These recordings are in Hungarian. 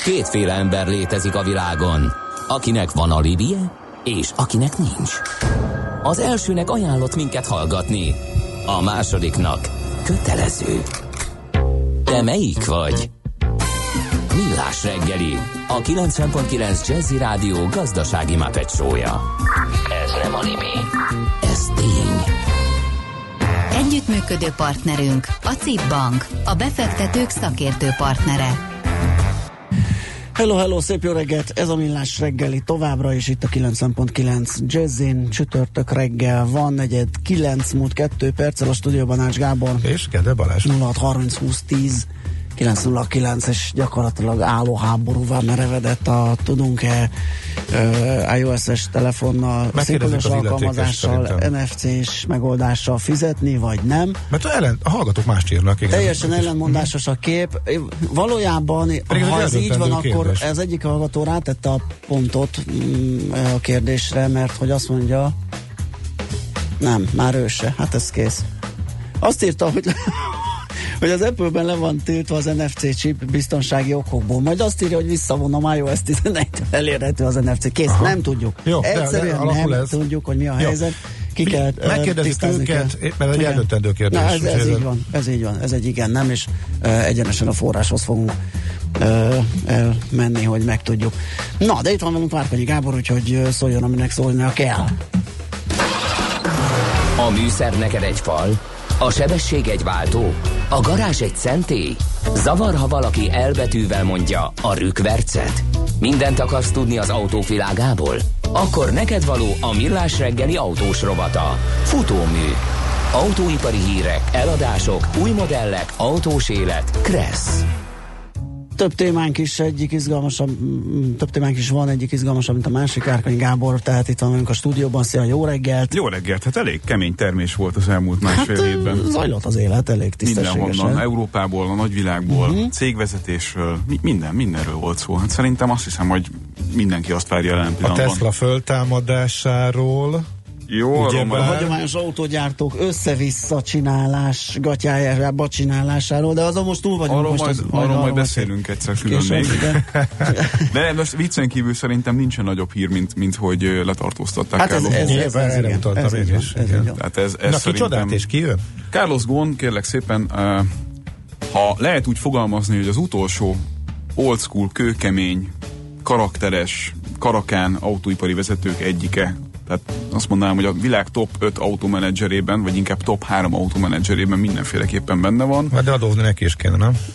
Kétféle ember létezik a világon, akinek van alibije, és akinek nincs. Az elsőnek ajánlott minket hallgatni, a másodiknak kötelező. Te melyik vagy? Millás reggeli, a 90.9 Jazzy Rádió gazdasági Muppet show-ja. Ez nem anime, ez tény. Együttműködő partnerünk a CIP Bank, a befektetők szakértő partnere. Hello, szép jó reggelt! Ez a Millás reggeli továbbra is itt a 90.9 Jazzin. Csütörtök reggel van, 8:09 múlt 2 perccel, a stúdióban Ács Gábor. És Gede Balázs. 0630 20 10 909, és gyakorlatilag álló háborúval merevedett a tudunk-e iOS-es telefonnal, szimplós alkalmazással, NFC-s megoldással fizetni, vagy nem. Mert a hallgatók mást írnak. Igen. Teljesen ellenmondásos a kép. Valójában, ha ez így van, akkor ez egyik hallgató rátette a pontot a kérdésre, mert hogy azt mondja, nem, már ő se. Hát ez kész. Azt írta, hogy az Apple-ben le van tiltva az NFC chip biztonsági okokból. Majd azt írja, hogy visszavonom iOS 11-től elérhető az NFC. Kész, aha. Nem tudjuk. Jó, egyszerűen nem tudjuk, hogy mi a helyzet. Ki kell megkérdezzük őket, mert egy eldöntendő kérdés. Na, ez így van. Ez egy igen, nem, és egyenesen a forráshoz fogunk elmenni, hogy megtudjuk. Na, de itt van velünk Várkonyi Gábor, úgyhogy szóljon, aminek szólnia kell. A műszer neked egy fal, a sebesség egy váltó, a garázs egy szentély. Zavar, ha valaki elbetűvel mondja a rükvercet. Mindent akarsz tudni az autók világából? Akkor neked való a Millás reggeli autós rovata. Futómű. Autóipari hírek, eladások, új modellek, autós élet. Kressz. Több témánk is van, egyik izgalmasabb, mint a másik. Várkonyi Gábor, tehát itt van velünk a stúdióban. Szia, jó reggelt! Jó reggelt! Hát elég kemény termés volt az elmúlt másfél évben. Zajlott az élet elég tisztességesen. Mindenhonnan, Európából, a nagyvilágból, cégvezetésről, mindenről volt szó. Hát szerintem azt hiszem, hogy mindenki azt várja jelen pillanatban. A Tesla föltámadásáról. Jó, a hagyományos autógyártók össze-vissza gatyájába csinálásáról, de azon most túl vagyunk. Arról majd beszélünk egyszer külön még. De most viccen kívül szerintem nincsen nagyobb hír, mint hogy letartóztatták. Hát Na, ki csodát és ki jön? Carlos Ghosn, kérlek szépen, ha lehet úgy fogalmazni, hogy az utolsó old school, kőkemény, karakteres, karakán autóipari vezetők egyike. Tehát azt mondanám, hogy a világ top 5 autómenedzserében, vagy inkább top 3 autómenedzserében mindenféleképpen benne van. De adózni neki is kéne, nem?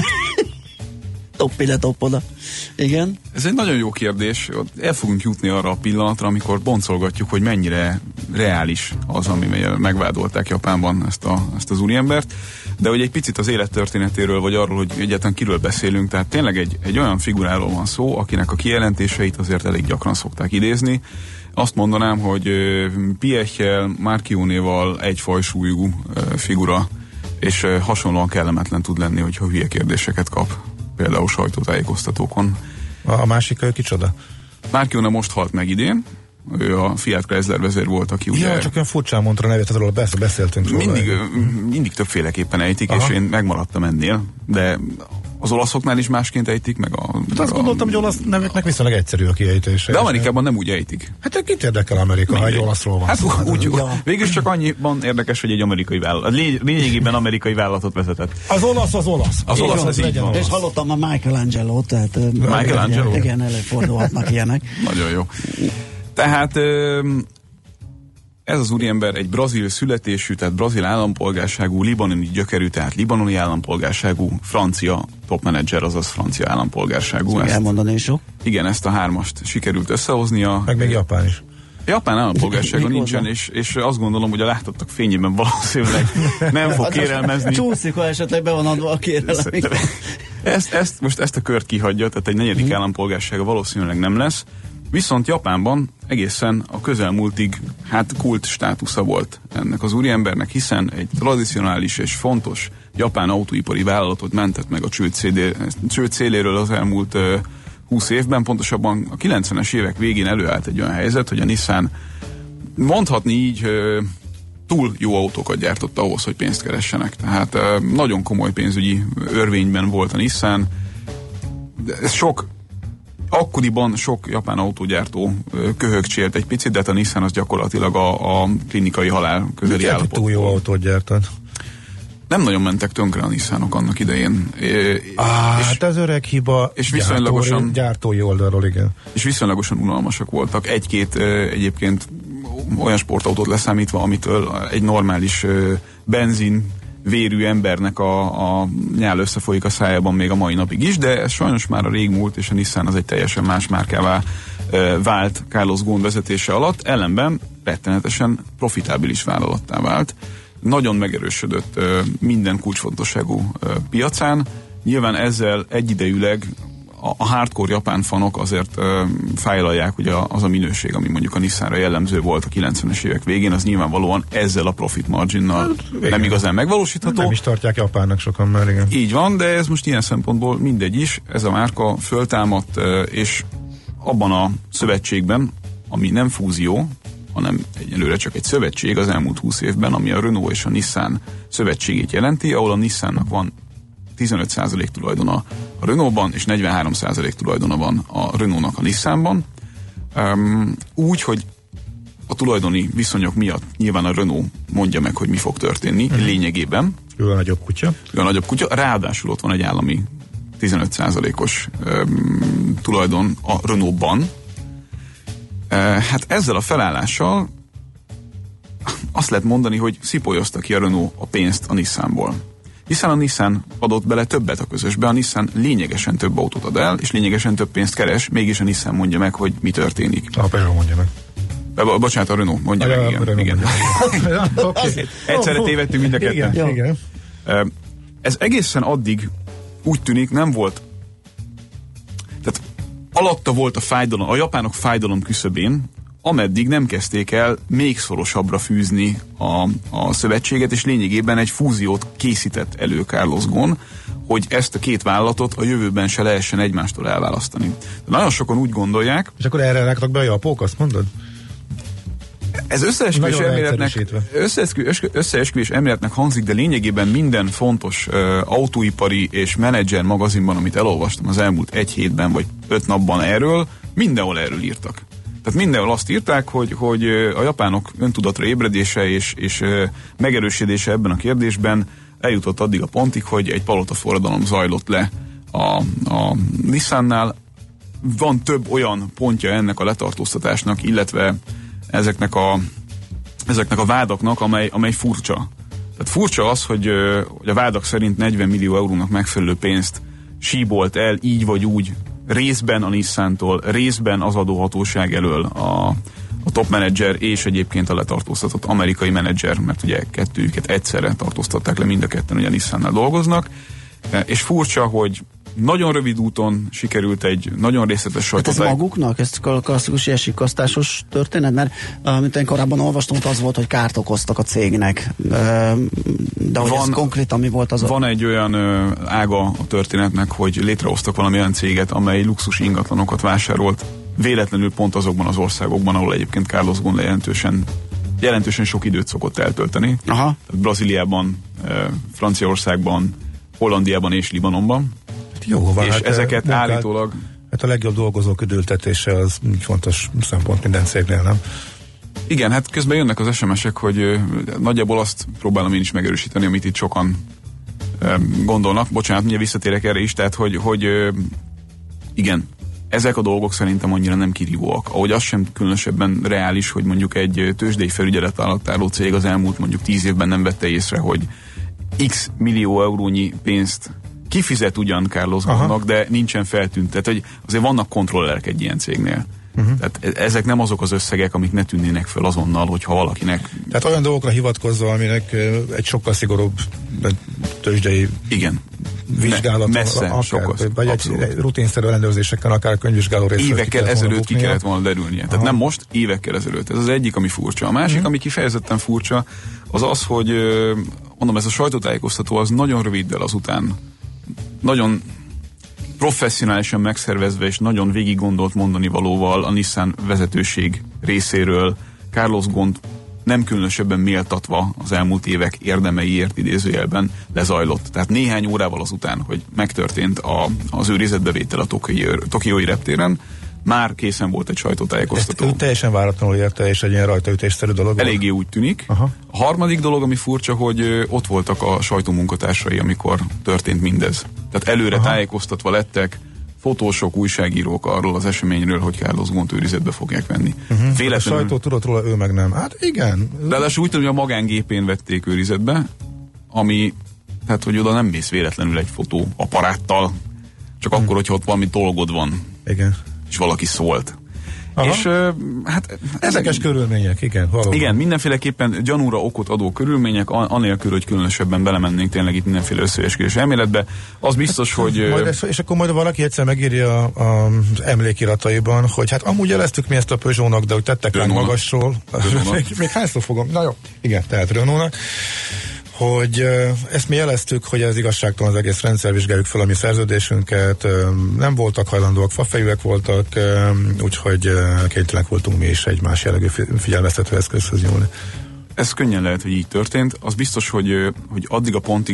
Top ide, top oda. Igen. Ez egy nagyon jó kérdés. El fogunk jutni arra a pillanatra, amikor boncolgatjuk, hogy mennyire reális az, amivel megvádolták Japánban ezt az úriembert. De hogy egy picit az élettörténetéről, vagy arról, hogy egyáltalán kiről beszélünk, tehát tényleg egy olyan figuráról van szó, akinek a kijelentéseit azért elég gyakran szokták idézni. Azt mondanám, hogy Piechel, Marchionéval egy fajsúlyú figura, és hasonlóan kellemetlen tud lenni, hogyha hülye kérdéseket kap, például sajtótájékoztatókon. A másik kicsoda? Marchione most halt meg idén, ő a Fiat Chrysler vezér volt, aki ugye... Ja, csak olyan furcsán mondta a nevét, arról beszéltünk róla. Mindig többféleképpen ejtik, aha. És én megmaradtam ennél, de az olaszoknál is másként ejtik, meg azt gondoltam, hogy olasz neveknek viszonylag egyszerű a kiejtése. De Amerikában nem úgy ejtik. Hát kit érdekel Amerika, ha egy olaszról van hát szó? Úgy, végülis csak annyiban érdekes, hogy egy amerikai vállalat. Lényegében amerikai vállalatot vezetett. Az olasz. Az olasz, az így van. És hallottam a Michelangelo, tehát Michelangelo? Igen, előfordulhatnak ilyenek. Nagyon jó. Tehát ez az úriember egy brazil születésű, tehát brazil állampolgárságú, libanoni gyökerű, tehát libanoni állampolgárságú, francia topmenedzser, azaz francia állampolgárságú. Elmondani is jó. Igen, ezt a hármast sikerült összehoznia. Meg még Japán is. Japán állampolgársága nincsen, és azt gondolom, hogy a látottak fényében valószínűleg nem fog kérelmezni. Csúszik, ha esetleg be van adva a kérelem. Ezt a kört kihagyja, tehát egy negyedik állampolgársága valószínűleg nem lesz. Viszont Japánban egészen a közelmúltig kult státusza volt ennek az úriembernek, hiszen egy tradicionális és fontos japán autóipari vállalatot mentett meg a csőd széléről az elmúlt 20 évben. Pontosabban a 90-es évek végén előállt egy olyan helyzet, hogy a Nissan mondhatni így túl jó autókat gyártott ahhoz, hogy pénzt keressenek. Tehát nagyon komoly pénzügyi örvényben volt a Nissan. ez akkoriban sok japán autógyártó köhögcsélt egy picit, de a Nissan az gyakorlatilag a klinikai halál közeli állapot. Túl jó autót gyártad. Nem nagyon mentek tönkre a Nissanok annak idején. Hát ez öreg hiba és gyártói oldalról, igen. És viszonylagosan unalmasak voltak. Egy-két egyébként olyan sportautót leszámítva, amitől egy normális benzin vérű embernek a nyál összefolyik a szájában még a mai napig is, de ez sajnos már a rég múlt, és a Nissan az egy teljesen más márkává vált Carlos Ghosn vezetése alatt, ellenben rettenetesen profitábilis vállalattá vált. Nagyon megerősödött minden kulcsfontosságú piacán. Nyilván ezzel egyidejűleg a hardcore japán fanok azért fájlalják, hogy az a minőség, ami mondjuk a Nissanra jellemző volt a 90-es évek végén, az nyilvánvalóan ezzel a profit marginnal nem igazán megvalósítható. Nem is tartják japánnak sokan már, igen. Így van, de ez most ilyen szempontból mindegy is. Ez a márka föltámadt, és abban a szövetségben, ami nem fúzió, hanem egyelőre csak egy szövetség az elmúlt 20 évben, ami a Renault és a Nissan szövetségét jelenti, ahol a Nissannak van 15% tulajdona a Renaultban, és 43% tulajdona van a Renaultnak a Nissanban. Úgy, hogy a tulajdoni viszonyok miatt nyilván a Renault mondja meg, hogy mi fog történni lényegében. Ő a nagyobb kutya. Ráadásul ott van egy állami 15%-os tulajdon a Renaultban. Hát ezzel a felállással azt lehet mondani, hogy szipolyozta ki a Renault a pénzt a Nissanból. Hiszen a Nissan adott bele többet a közösbe, a Nissan lényegesen több autót ad el, és lényegesen több pénzt keres, mégis a Nissan mondja meg, hogy mi történik. A Peugeot mondja meg. Bocsánat, a Renault mondja meg, igen. Egyszerre tévedtünk mind a ketten. Igen. Ez egészen addig úgy tűnik nem volt, tehát alatta volt a fájdalom, a japánok fájdalom küszöbén, ameddig nem kezdték el még szorosabbra fűzni a szövetséget, és lényegében egy fúziót készített elő Carlos Ghosn, hogy ezt a két vállalatot a jövőben se lehessen egymástól elválasztani. De nagyon sokan úgy gondolják... És akkor erre raktak be a japók, azt mondod? Ez összeesküvés elméletnek hangzik, de lényegében minden fontos autóipari és menedzser magazinban, amit elolvastam az elmúlt egy hétben vagy 5 napban erről, mindenhol erről írtak. Tehát mindenhol azt írták, hogy a japánok öntudatra ébredése és megerősödése ebben a kérdésben eljutott addig a pontig, hogy egy palotaforradalom zajlott le a Nissannál. Van több olyan pontja ennek a letartóztatásnak, illetve ezeknek a vádaknak, amely furcsa. Tehát furcsa az, hogy a vádak szerint 40 millió eurónak megfelelő pénzt síbolt el így vagy úgy részben a Nissantól, részben az adóhatóság elől a top menedzser és egyébként a letartóztatott amerikai menedzser, mert ugye kettőjüket egyszerre tartóztatták le, mind a ketten ugye a Nissannál dolgoznak, és furcsa, hogy nagyon rövid úton sikerült egy nagyon részletes sajtótájékoztató. Hát ez maguknak? Ez klasszikus ilyen sikasztásos történet? Mert amit én korábban olvastam, az volt, hogy kárt okoztak a cégnek. De hogy ez konkrétan mi volt az? Van egy olyan ága a történetnek, hogy létrehoztak valami olyan céget, amely luxus ingatlanokat vásárolt véletlenül pont azokban az országokban, ahol egyébként Carlos Ghosn jelentősen sok időt szokott eltölteni. Aha. Tehát Brazíliában, Franciaországban, Hollandiában és Libanonban. Jó, van, és hát ezeket állítólag... Hát a legjobb dolgozók üdültetése az fontos szempont minden cégnél, nem? Igen, hát közben jönnek az SMS-ek, hogy nagyjából azt próbálom én is megerősíteni, amit itt sokan gondolnak. Bocsánat, mindjárt visszatérek erre is, tehát hogy igen, ezek a dolgok szerintem annyira nem kirívóak. Ahogy az sem különösebben reális, hogy mondjuk egy tőzsdei felügyelet alatt álló cég az elmúlt mondjuk 10 évben nem vette észre, hogy x millió eurónyi pénzt kifizet ugyan Carlos Ghosnnak, de nincsen feltűnt. Tehát, hogy azért vannak kontrollerek egy ilyen cégnél. Tehát ezek nem azok az összegek, amik ne tűnnének föl azonnal, hogyha valakinek... Tehát olyan dolgokra hivatkozva, aminek egy sokkal szigorúbb tőzsdei vizsgálat, vagy egy rutinszerű ellenőrzésekkel, akár könyvvizsgáló részről. Évekkel ezelőtt ki kellett volna derülnie. Tehát nem most, évekkel ezelőtt. Ez az egyik, ami furcsa. A másik, ami kifejezetten furcsa, az, hogy mondom, ez a sajtótájékoztató az nagyon röviddel azután nagyon professzionálisan megszervezve és nagyon végig gondolt mondani valóval a Nissan vezetőség részéről Carlos Ghosnt nem különösebben méltatva az elmúlt évek érdemeiért idézőjelben lezajlott. Tehát néhány órával azután, hogy megtörtént az őrizetbevétel a tokiói reptéren, már készen volt egy sajtótájékoztató. Ezt teljesen váratlanul érte, és egy ilyen rajtaütésszerű dolog. Eléggé úgy tűnik. Aha. A harmadik dolog, ami furcsa, hogy ott voltak a sajtómunkatársai, amikor történt mindez. Tehát előre tájékoztatva lettek fotósok, újságírók arról az eseményről, hogy Carlos Ghosnt őrizetbe fogják venni. A sajtó tudott róla, ő meg nem. Hát igen. De ráadásul úgy tudom, hogy a magángépén vették őrizetbe, ami, tehát hogy oda nem mész véletlenül egy fotóaparáttal, csak akkor, hogyha ott valami dolgod van. Igen. És valaki szólt. Aha. És hát... Ezekes körülmények, igen. Valóban. Igen, mindenféleképpen gyanúra okot adó körülmények, anélkül, hogy különösebben belemennénk tényleg itt mindenféle összeesküvés elméletbe. Az biztos, hogy... És akkor majd valaki egyszer megírja az emlékirataiban, hogy hát amúgy jeleztük mi ezt a Peugeot-nak, de hogy tettek ránk magasról. Még hányszor fogom? Na jó, igen, tehát Renault-nak. Hogy ezt mi jeleztük, hogy ez igazságtalan az egész rendszer, vizsgáljuk fel a mi szerződésünket, nem voltak hajlandóak, fafejűek voltak, úgyhogy kénytelenek voltunk mi is egy más jellegű figyelmeztető eszközhöz nyúlni. Ez könnyen lehet, hogy így történt. Az biztos, hogy addig a pontig,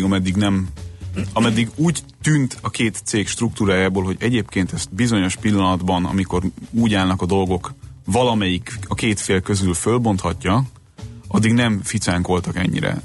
ameddig úgy tűnt a két cég struktúrájából, hogy egyébként ezt bizonyos pillanatban, amikor úgy állnak a dolgok, valamelyik a két fél közül fölbonthatja, addig nem ficánkoltak ennyire.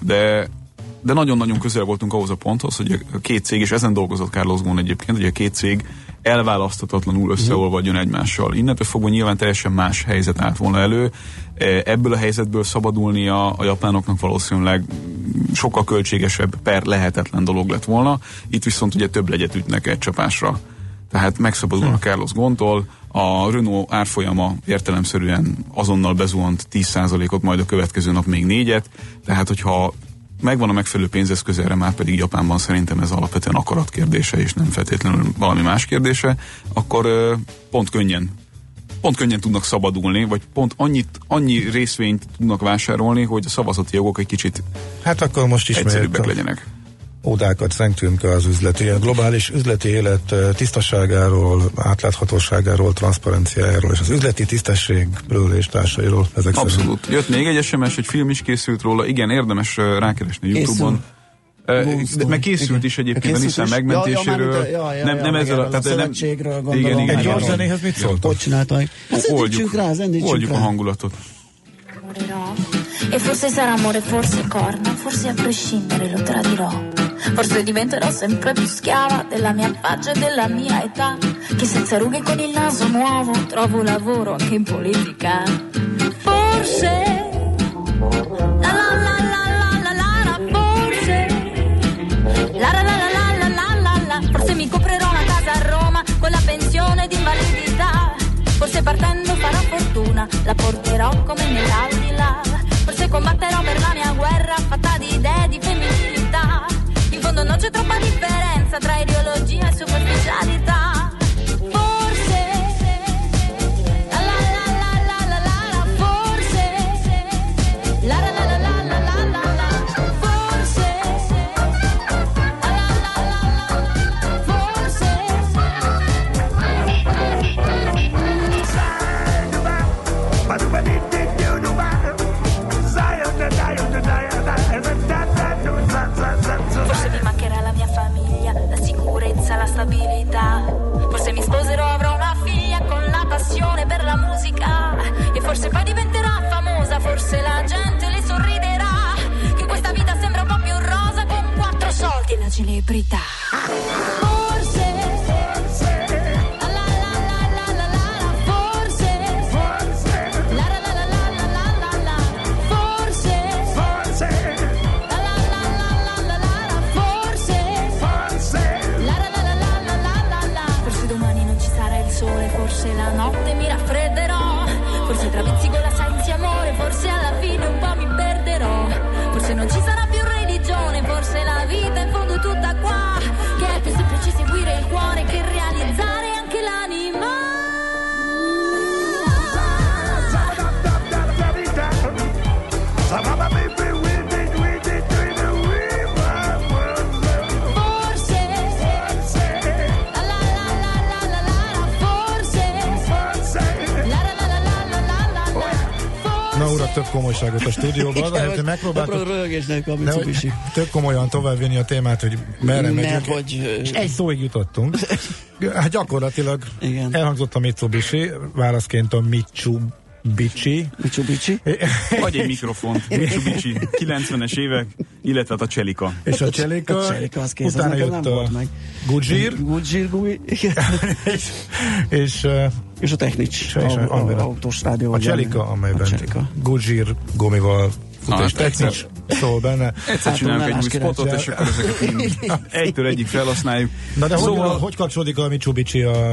De nagyon-nagyon közel voltunk ahhoz a ponthoz, hogy a két cég, és ezen dolgozott Carlos Ghosn egyébként, hogy a két cég elválaszthatatlanul összeolvadjon egymással. Innentől fogva nyilván teljesen más helyzet állt volna elő. Ebből a helyzetből szabadulnia a japánoknak valószínűleg sokkal költségesebb, per lehetetlen dolog lett volna. Itt viszont ugye több legyet ütnek egy csapásra. Tehát megszabadulnak Carlos Ghosntól, a Renault árfolyama értelemszerűen azonnal bezuhant 10%-ot, majd a következő nap még 4-et, tehát hogyha megvan a megfelelő pénzeszköz erre, már pedig Japánban szerintem ez alapvetően akarat kérdése, és nem feltétlenül valami más kérdése, akkor pont könnyen tudnak szabadulni, vagy pont annyi részvényt tudnak vásárolni, hogy a szavazati jogok egy kicsit akkor most egyszerűbbek legyenek. Ódákat szentünk az üzleti, a globális üzleti élet tisztaságáról, átláthatóságáról, transzparenciájáról, és az üzleti tisztességről és társairól. Ezek abszolút. Szerint. Jött még egy SMS, egy film is készült róla, igen, érdemes rákeresni YouTube-on. Meg készült is egyébként a Nissan megmentéséről. Nem ezzel a szövetségről gondolom. Igen. Egy gyors zenéhez mit szóltok? Hogy csináltak? Oldjuk a hangulatot. E forse sarà amore, forse corna, forse a prescindere lo tradirò. Forse diventerò sempre più schiava della mia faccia e della mia età. Che senza rughe con il naso nuovo trovo lavoro anche in politica. Forse la la la la la la la, forse la la la la la la la la. Forse mi comprerò una casa a Roma con la pensione d'invalidità. Forse partendo farò fortuna, la porterò come nell'aldilà. Forse combatterò per la mia guerra fatta di idee di femminilità. In fondo non c'è troppa differenza tra ideologia e superficialità. Forse la la la la la la la, forse la la la la la la la la, forse la la la la la, forse. Forse mi mancherà la mia famiglia, la sicurezza, la stabilità. Forse mi sposerò, avrò una figlia con la passione per la musica. E forse poi diventerà famosa, forse la gente le sorriderà. Che questa vita sembra un po' più rosa con 4 soldi e la celebrità. Forse forse la notte mi raffredderò, forse travizzico la senza amore, forse alla fine un po' mi perderò, forse non ci sarà più religione, forse la vita in fondo è tutta qua, che è più semplice seguire il cuore che realizzare anche l'anima. urak, több komolyságot a stúdióban. Igen, megpróbáltuk tök komolyan továbbvinni a témát, hogy merre megyünk. És egy szóig jutottunk. Hát gyakorlatilag igen. Elhangzott a Mitsubishi, válaszként a Mitsubishi. Vagy egy mikrofont. Mitsubishi 90-es évek, illetve a Celica. És a Celica, utána jött a Goodyear. És a Technics, autós rádió. A Celica, amelyben Goodyear gumival fut, és Technics szól benne. Egyszer csinálunk egy új spotot, és akkor ezeket egytől egyik felhasználjuk. Na de hogy kapcsolódik a Mitsubishi a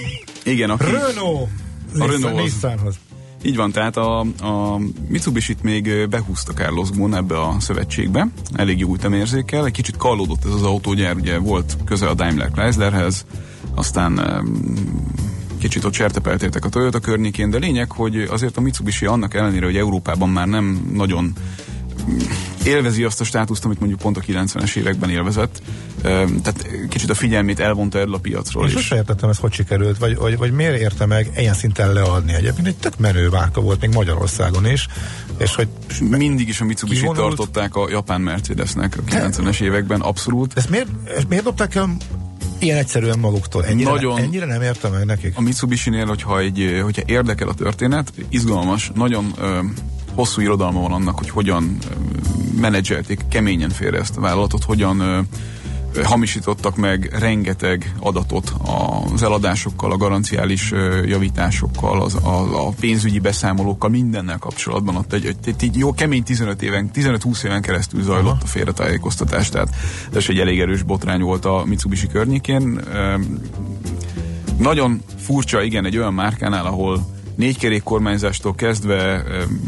Renault Nissanhoz? Így van, tehát a Mitsubishi-t még behúzta Carlos Ghosn ebbe a szövetségbe, elég jó ütemérzékkel, egy kicsit kallódott ez az autógyár, ugye volt köze a Daimler Chryslerhez, aztán kicsit ott sertepeltértek a Toyota környékén, de lényeg, hogy azért a Mitsubishi annak ellenére, hogy Európában már nem nagyon élvezi azt a státuszt, amit mondjuk pont a 90-es években élvezett. Tehát kicsit a figyelmét elvonta erről a piacról. És sosem értettem, ez hogy sikerült, vagy miért érte meg ilyen szinten leadni egyébként. Egy tök menő márka volt még Magyarországon is. És hogy mindig is a Mitsubishi-t tartották a japán Mercedesnek a 90-es években, abszolút. Ezt miért dobták el ilyen egyszerűen maguktól? Ennyire nem értem meg nekik. A Mitsubishi-nél, hogyha érdekel a történet, izgalmas, nagyon hosszú irodalma van annak, hogy hogyan menedzselték keményen félre ezt a vállalatot, hogyan hamisítottak meg rengeteg adatot az eladásokkal, a garanciális javításokkal, a pénzügyi beszámolókkal, mindennel kapcsolatban ott egy jó kemény 15-20 éven keresztül zajlott a félretájékoztatás, tehát ez egy elég erős botrány volt a Mitsubishi környékén. Nagyon furcsa, igen, egy olyan márkánál, ahol 4 kormányzástól kezdve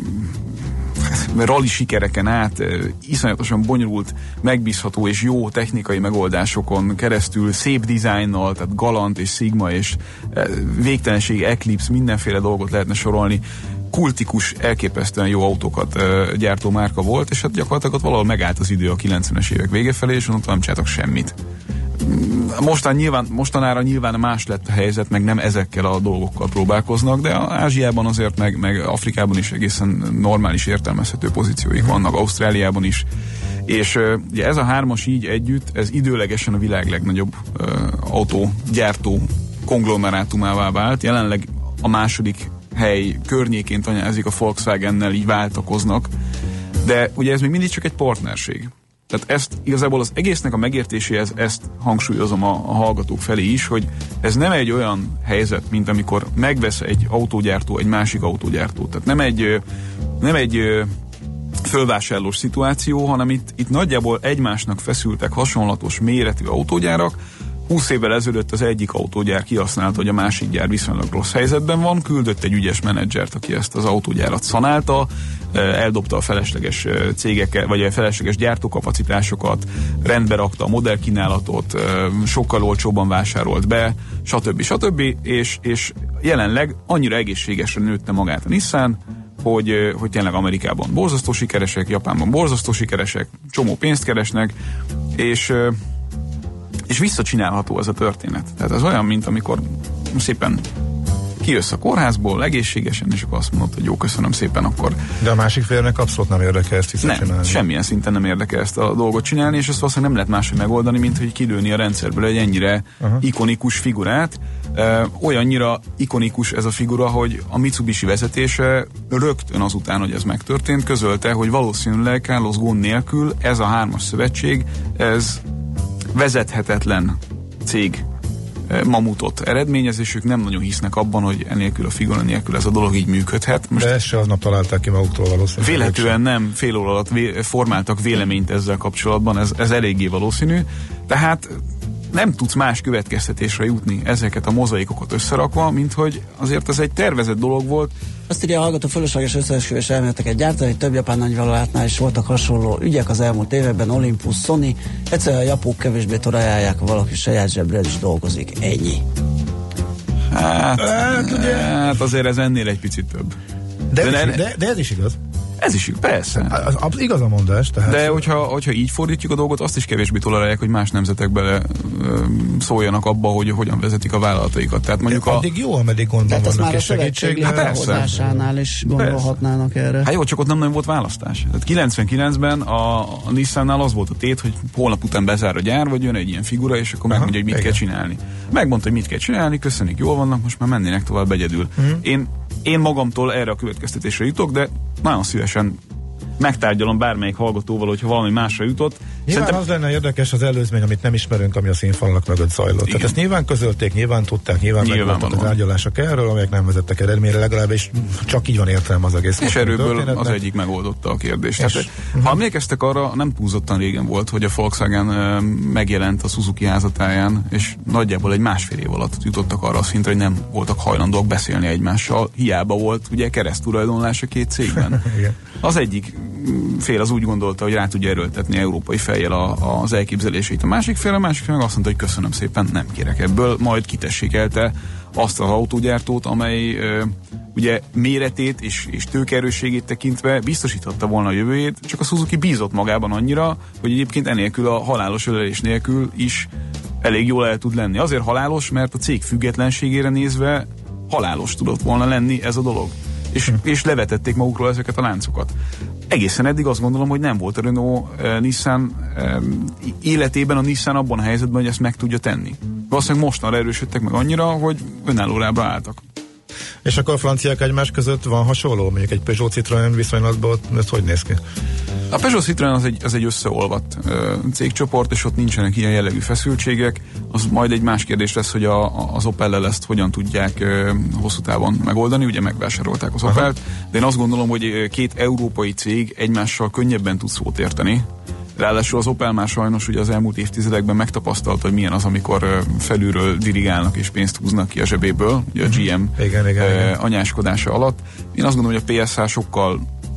rally sikereken át, iszonyatosan bonyolult, megbízható és jó technikai megoldásokon keresztül, szép dizájnnal, tehát Galant és Sigma és végtelenség, Eclipse, mindenféle dolgot lehetne sorolni. Kultikus, elképesztően jó autókat gyártó márka volt, és hát gyakorlatilag ott valahol megállt az idő a 90-es évek vége felé, és onnantól nem csináltak semmit. Mostanára nyilván más lett a helyzet, meg nem ezekkel a dolgokkal próbálkoznak, de Ázsiában azért, meg Afrikában is egészen normális, értelmezhető pozícióik vannak, Ausztráliában is. És ugye ez a 3-as így együtt, ez időlegesen a világ legnagyobb autógyártó konglomerátumává vált. Jelenleg a második hely környékén tanyázik a Volkswagennel, így váltakoznak. De ugye ez még mindig csak egy partnerség. Tehát ezt igazából az egésznek a megértéséhez ezt hangsúlyozom a hallgatók felé is, hogy ez nem egy olyan helyzet, mint amikor megvesz egy autógyártó egy másik autógyártót. Tehát nem egy fölvásárlós szituáció, hanem itt nagyjából egymásnak feszültek hasonlatos méretű autógyárak. 20 évvel ezelőtt az egyik autógyár kihasználta, hogy a másik gyár viszonylag rossz helyzetben van, küldött egy ügyes menedzsert, aki ezt az autógyárat szanálta, eldobta a felesleges cégeket, vagy a felesleges gyártókapacitásokat, rendbe rakta a modellkínálatot, sokkal olcsóbban vásárolt be, stb. És jelenleg annyira egészségesen nőtte magát a Nissan, hogy tényleg Amerikában borzasztó sikeresek, Japánban borzasztó sikeresek, csomó pénzt keresnek, és visszacsinálható ez a történet. Tehát ez olyan, mint amikor szépen kijössz a kórházból egészségesen, és akkor azt mondod, hogy jó, köszönöm szépen, akkor... De a másik félnek abszolút nem érdekel ezt visszacsinálni. Nem, semmilyen szinten nem érdekel ezt a dolgot csinálni, és ezt valószínűleg nem lehet máshogy megoldani, mint hogy kilőni a rendszerből egy ennyire ikonikus figurát. Olyannyira ikonikus ez a figura, hogy a Mitsubishi vezetése rögtön azután, hogy ez megtörtént, közölte, hogy valószínűleg Carlos Ghosn nélkül ez a 3-as szövetség, ez vezethetetlen cég mamutot eredményez, és ők nem nagyon hisznek abban, hogy enélkül a figura nélkül ez a dolog így működhet. Most de ezt se aznap találták ki maguktól valószínűleg. Véletlenül nem, fél óra alatt formáltak véleményt ezzel kapcsolatban, ez eléggé valószínű. Tehát nem tudsz más következtetésre jutni ezeket a mozaikokat összerakva, mint hogy azért ez egy tervezett dolog volt. Azt írja a hallgató, fölösleges összeesküvés elméleteket gyártani, több japán nagyvállalatnál is voltak hasonló ügyek az elmúlt években, Olympus, Sony, egyszerűen a japók kevésbé tolerálják, ha valaki saját zsebre is dolgozik. Ennyi. Hát azért ez ennél egy picit több. De ez is igaz. Ez is persze. Igaz a mondás. Tehát... De hogyha így fordítjuk a dolgot, azt is kevésbé tolerálják, hogy más nemzetek bele szóljanak abba, hogy hogyan vezetik a vállalataikat. Tehát mondjuk addig jó, ameddig gondban vannak és segítség. Hát megoldásánál is gondolhatnának erre. Hát jó, csak ott nem volt választás. Tehát 99-ben a Nissannál az volt a tét, hogy holnap után bezár a gyár, vagy jön egy ilyen figura, és akkor megmondja, hogy mit kell csinálni. Megmondta, hogy mit kell csinálni, köszönjük, jól vannak, most már mennének tovább egyedül. Én magamtól erre a következtetésre jutok, de nagyon szívesen megtárgyalom bármelyik hallgatóval, hogyha valami másra jutott. Nyilván szerintem... az lenne érdekes az előzmény, amit nem ismerünk, ami a színfalak mögött zajlott. Tehát ezt nyilván közölték, nyilván tudták, nyilván megvoltak a tárgyalások erről, amelyek nem vezettek eredményre, legalábbis csak így van értelme az egész. És erőből az egyik megoldotta a kérdést. Tehát, ha emlékeztek arra, nem túlzottan régen volt, hogy a Volkswagen megjelent a Suzuki házatáján, és nagyjából egy másfél év alatt jutottak arra a szintre, hogy nem voltak hajlandóak beszélni egymással. Hiába volt ugye keresztulajdonlás a két cégben. Az egyik fél az úgy gondolta, hogy rá tudja erőltetni európai fejjel az elképzeléseit. A másik fél meg azt mondta, hogy köszönöm szépen, nem kérek ebből, majd kitessékelte azt az autógyártót, amely ugye méretét és tőkeerősségét tekintve biztosíthatta volna a jövőjét, csak a Suzuki bízott magában annyira, hogy egyébként enélkül a halálos ölelés nélkül is elég jól el tud lenni. Azért halálos, mert a cég függetlenségére nézve halálos tudott volna lenni ez a dolog. És levetették magukról ezeket a láncokat. Egészen eddig azt gondolom, hogy nem volt a Renault Nissan életében a Nissan abban a helyzetben, hogy ezt meg tudja tenni. Valószínűleg mostanra erősödtek meg annyira, hogy önálló lábra álltak. És akkor a franciák egymás között van hasonló? Mondjuk egy Peugeot Citroën viszonylatban ez hogy néz ki? A Peugeot Citroën az egy összeolvadt cégcsoport, és ott nincsenek ilyen jellegű feszültségek. Az majd egy más kérdés lesz, hogy az Opel-lel ezt hogyan tudják hosszú távon megoldani. Ugye megvásárolták az Opelt, de én azt gondolom, hogy két európai cég egymással könnyebben tud szót érteni. Ráadásul az Opel már sajnos ugye az elmúlt évtizedekben megtapasztalta, hogy milyen az, amikor felülről dirigálnak és pénzt húznak ki a zsebéből, ugye a GM igen. Anyáskodása alatt. Én azt gondolom, hogy a PSA sokkal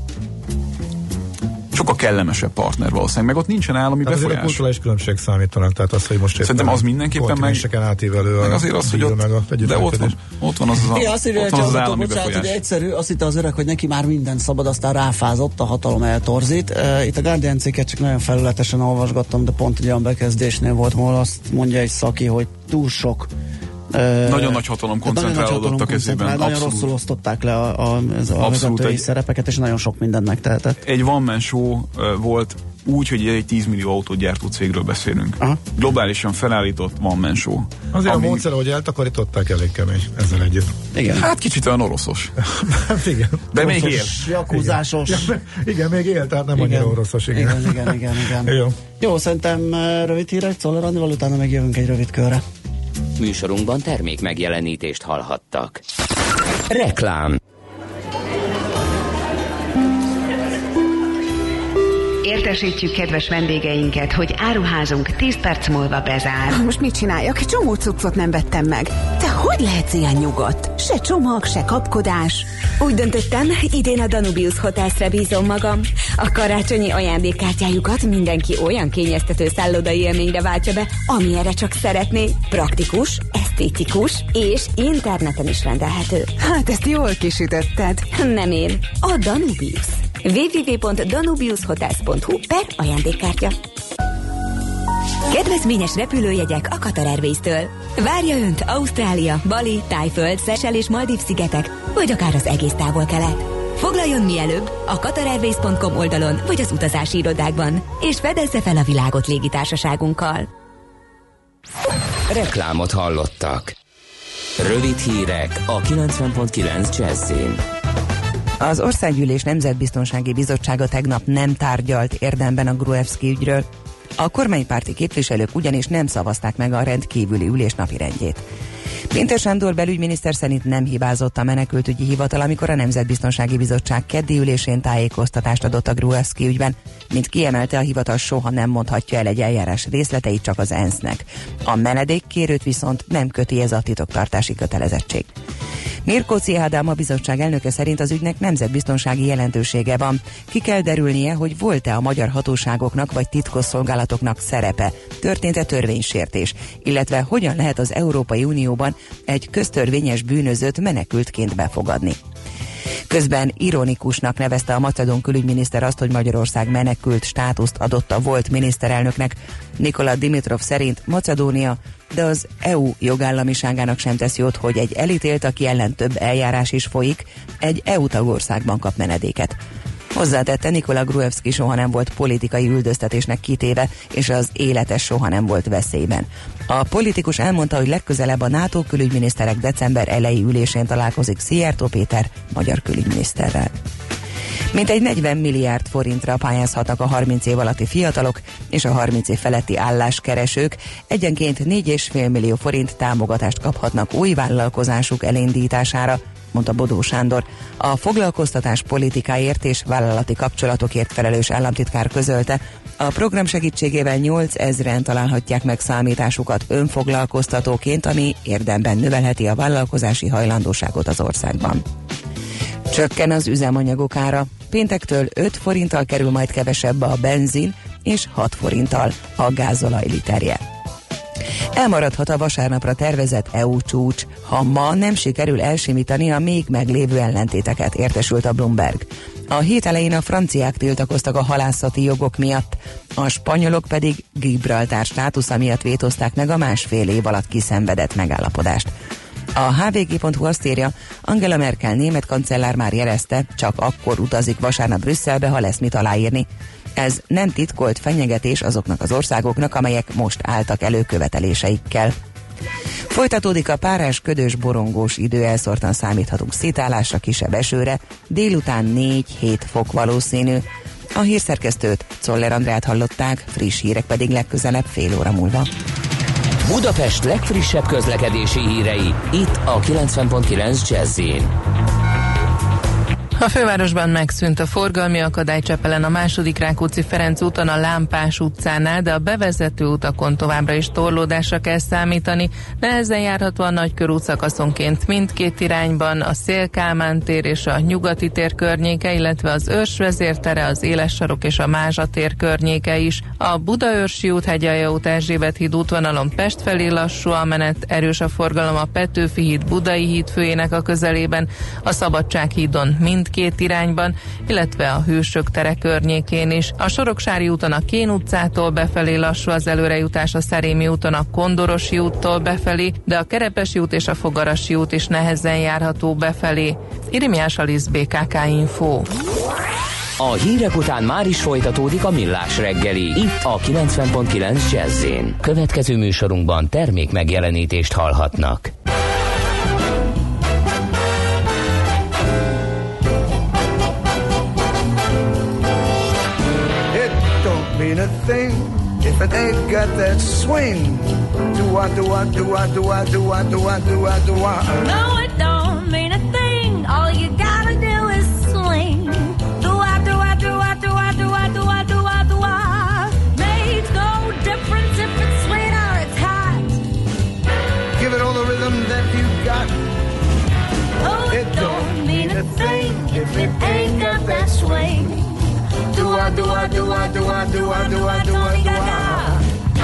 kellemesebb partner valószínűleg, meg ott nincsen állami befolyás. Azért a kulturális különbség számítanak, tehát az, hogy most szerintem az mindenképpen meg átívelő meg azért az, hogy ott van az állami befolyás. Hogy egyszerű, azt hitte az öreg, hogy neki már minden szabad, aztán ráfázott, a hatalom eltorzít. Itt a Guardian cikket csak nagyon felületesen olvasgattam, de pont egy olyan bekezdésnél volt, ahol azt mondja egy szaki, hogy túl sok nagyon nagy hatalom koncentrálódott a kezében. Nagyon rosszul osztották le a vezetői szerepeket, és nagyon sok mindent megtehetett. Egy one-man show volt úgy, hogy egy 10 millió autógyártó cégről beszélünk. Aha. Globálisan felállított one-man show. Azért a módszer, hogy eltakarították, elég kemény ezzel együtt. Igen. Hát kicsit olyan oroszos. Igen. De még él. Jakúzásos. Igen, még él, tehát nem annyira oroszos. Igen. Jó, szerintem rövid hírek, Czoller Andival, utána megjövünk egy rövid körre. Műsorunkban termék megjelenítést hallhattak. Reklám. Értesítjük kedves vendégeinket, hogy áruházunk 10 perc múlva bezár. Most mit csináljak? Egy csomó cuccot nem vettem meg. Te hogy lehetsz ilyen nyugodt? Se csomag, se kapkodás. Úgy döntöttem, idén a Danubius Hotelsre bízom magam. A karácsonyi ajándékkártyájukat mindenki olyan kényeztető szállodai élményre váltja be, amilyenre csak szeretné. Praktikus, esztétikus és interneten is rendelhető. Hát ezt jól kisütötted. Nem én, a Danubius. www.danubiushotels.hu/ajándékkártya. Kedvezményes repülőjegyek a Qatar Airways-től. Várja Önt Ausztrália, Bali, Tájföld, Seychelles és Maldív-szigetek, vagy akár az egész távol-kelet. Foglaljon mielőbb a qatarairways.com oldalon, vagy az utazási irodákban, és fedezze fel a világot légitársaságunkkal. Reklámot hallottak. Rövid hírek a 90.9 Jazzin. Az Országgyűlés Nemzetbiztonsági Bizottsága tegnap nem tárgyalt érdemben a Gruevski ügyről. A kormánypárti képviselők ugyanis nem szavazták meg a rendkívüli ülés napirendjét. Pintér Sándor belügyminiszter szerint nem hibázott a menekültügyi hivatal, amikor a Nemzetbiztonsági Bizottság keddi ülésén tájékoztatást adott a Gruevski ügyben, mint kiemelte, a hivatal soha nem mondhatja el egy eljárás részleteit csak az ENSZ-nek. A menedékkérőt viszont nem köti ez a titoktartási kötelezettség. Mirkóczy Ádám, a bizottság elnöke szerint az ügynek nemzetbiztonsági jelentősége van. Ki kell derülnie, hogy volt-e a magyar hatóságoknak vagy titkosszolgálatoknak szerepe, történt-e törvénysértés, illetve hogyan lehet az Európai Unióban egy köztörvényes bűnözőt menekültként befogadni. Közben ironikusnak nevezte a macedón külügyminiszter azt, hogy Magyarország menekült státuszt adott a volt miniszterelnöknek. Nikola Dimitrov szerint Macedónia, de az EU jogállamiságának sem tesz jót, hogy egy elítélt, aki ellen több eljárás is folyik, egy EU tagországban kap menedéket. Hozzátette, Nikola Gruevski soha nem volt politikai üldöztetésnek kitéve, és az élete soha nem volt veszélyben. A politikus elmondta, hogy legközelebb a NATO külügyminiszterek december elejé ülésén találkozik Szijjártó Péter magyar külügyminiszterrel. Mintegy 40 milliárd forintra pályázhatnak a 30 év alatti fiatalok és a 30 év feletti álláskeresők. Egyenként 4,5 millió forint támogatást kaphatnak új vállalkozásuk elindítására, mondta Bodó Sándor. A foglalkoztatás politikáért és vállalati kapcsolatokért felelős államtitkár közölte, a program segítségével 8000-en találhatják meg számításukat önfoglalkoztatóként, ami érdemben növelheti a vállalkozási hajlandóságot az országban. Csökken az üzemanyagok ára. Péntektől 5 forinttal kerül majd kevesebb a benzin, és 6 forinttal a gázolaj literje. Elmaradhat a vasárnapra tervezett EU csúcs, ha ma nem sikerül elsimítani a még meglévő ellentéteket, értesült a Bloomberg. A hét elején a franciák tiltakoztak a halászati jogok miatt, a spanyolok pedig Gibraltár státusza miatt vétózták meg a másfél év alatt kiszenvedett megállapodást. A hvg.hu azt írja, Angela Merkel német kancellár már jelezte, csak akkor utazik vasárnap Brüsszelbe, ha lesz mit aláírni. Ez nem titkolt fenyegetés azoknak az országoknak, amelyek most álltak elő követeléseikkel. Folytatódik a párás, ködös, borongós idő, elszórtan számíthatunk szitálásra, kisebb esőre, délután 4-7 fok valószínű. A hírszerkesztőt, Czoller Andrát hallották, friss hírek pedig legközelebb fél óra múlva. Budapest legfrissebb közlekedési hírei, itt a 90.9 Jazz-in. A fővárosban megszűnt a forgalmi akadály Csepelen a II. Rákóczi-Ferenc úton a Lámpás utcánál, de a bevezető utakon továbbra is torlódásra kell számítani. Nehezen járható a Nagykörút szakaszonként mindkét irányban, a Széll-Kálmán tér és a Nyugati tér környéke, illetve az Őrs vezértere, az Éles sarok és a Mázsa tér környéke is. A Budaörsi út, Hegyalja út, Erzsébet híd útvonalon Pest felé lassú a menet, erős a forgalom a Petőfi híd, Budai híd főjének a közelében, a Szabadság hídon mindkét irányban, illetve a Hősök tere környékén is. A Soroksári úton a Kén utcától befelé lassú az előrejutás, a Szerémi úton a Kondorosi úttól befelé, de a Kerepesi út és a Fogarasi út is nehezen járható befelé. Irimiás Alisz, BKK Info. A hírek után már is folytatódik a Millás reggeli, itt a 90.9 Jazz-in. Következő műsorunkban termék megjelenítést hallhatnak. Mean a thing if it ain't got that swing. Do-a, do-a, do-a, do-a, do-a, do-a, do-a, do-a. No, it don't mean a thing. All you gotta do is swing. Do-a, do-a, do-a, do-a, do-a, do-a, do-a, do-a. Makes no difference if it's sweet or it's hot. Give it all the rhythm that you got. Oh, it don't mean a thing if it ain't got that swing. Do-a, do-a, do-a, do-a, do-a, do-a, do-a, do-a.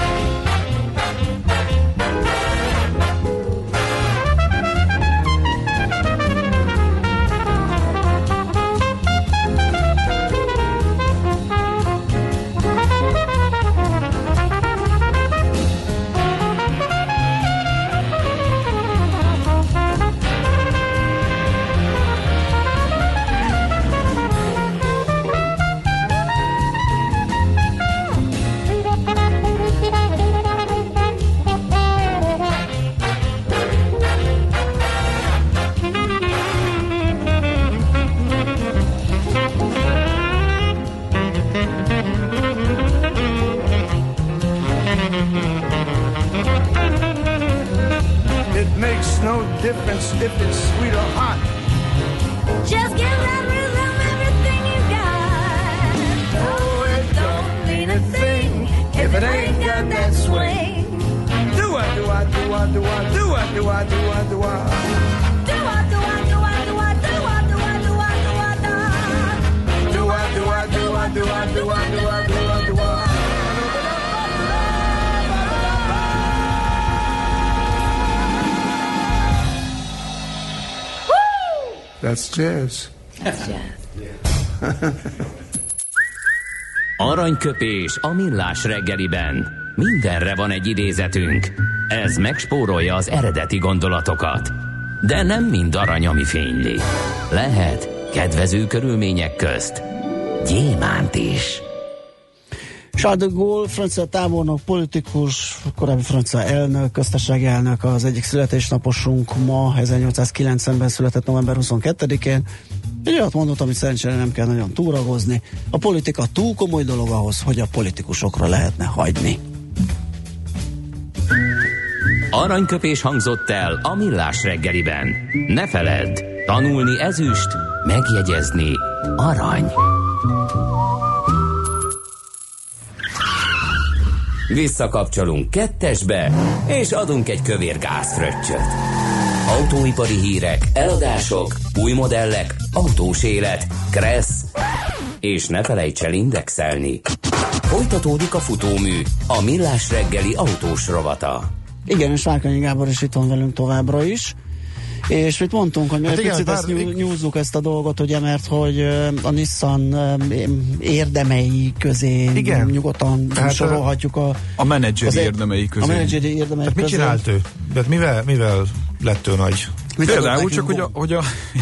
Difference if it's sweet or hot. Just give that rhythm everything you got. Oh, it don't mean a thing if it ain't got that swing. Do-a, do-a, do-a, do-a, do-a, do-a, do-a, do-a. Do-a, do-a, do-a, do-a, do-a, do-a, do-a, do-a, do-a, do-a, do-a, do-a, do-a, do-a, do-a, do-a. That's jazz. Aranyköpés a millás reggeliben. Mindenre van egy idézetünk. Ez megspórolja az eredeti gondolatokat. De nem mind arany, ami fényli. Lehet kedvező körülmények közt gyémánt is. Charles de Gaulle, francia tábornok, politikus, korábbi francia elnök, köztársasági elnök, az egyik születésnaposunk ma, 1890-ben született november 22-én. Egy olyat mondott, amit szerencsére nem kell nagyon túragozni. A politika túl komoly dolog ahhoz, hogy a politikusokra lehetne hagyni. Aranyköpés hangzott el a millás reggeliben. Ne feledd, tanulni ezüst, megjegyezni arany. Visszakapcsolunk kettesbe, és adunk egy kövér gázfröccsöt. Autóipari hírek, eladások, új modellek, autós élet, kressz, és ne felejts el indexelni. Folytatódik a futómű, a millás reggeli autós rovata. Igen, és Várkonyi Gábor is itt van velünk továbbra is. És mit mondtunk, hogy egy picit ezt nyúzzuk ezt a dolgot, ugye, mert hogy a Nissan érdemei közé nyugodtan sorolhatjuk a menedzseri érdemei közé. A menedzseri érdemei közé. Mit csinált ő? De mivel lett ő nagy? Például csak, hogy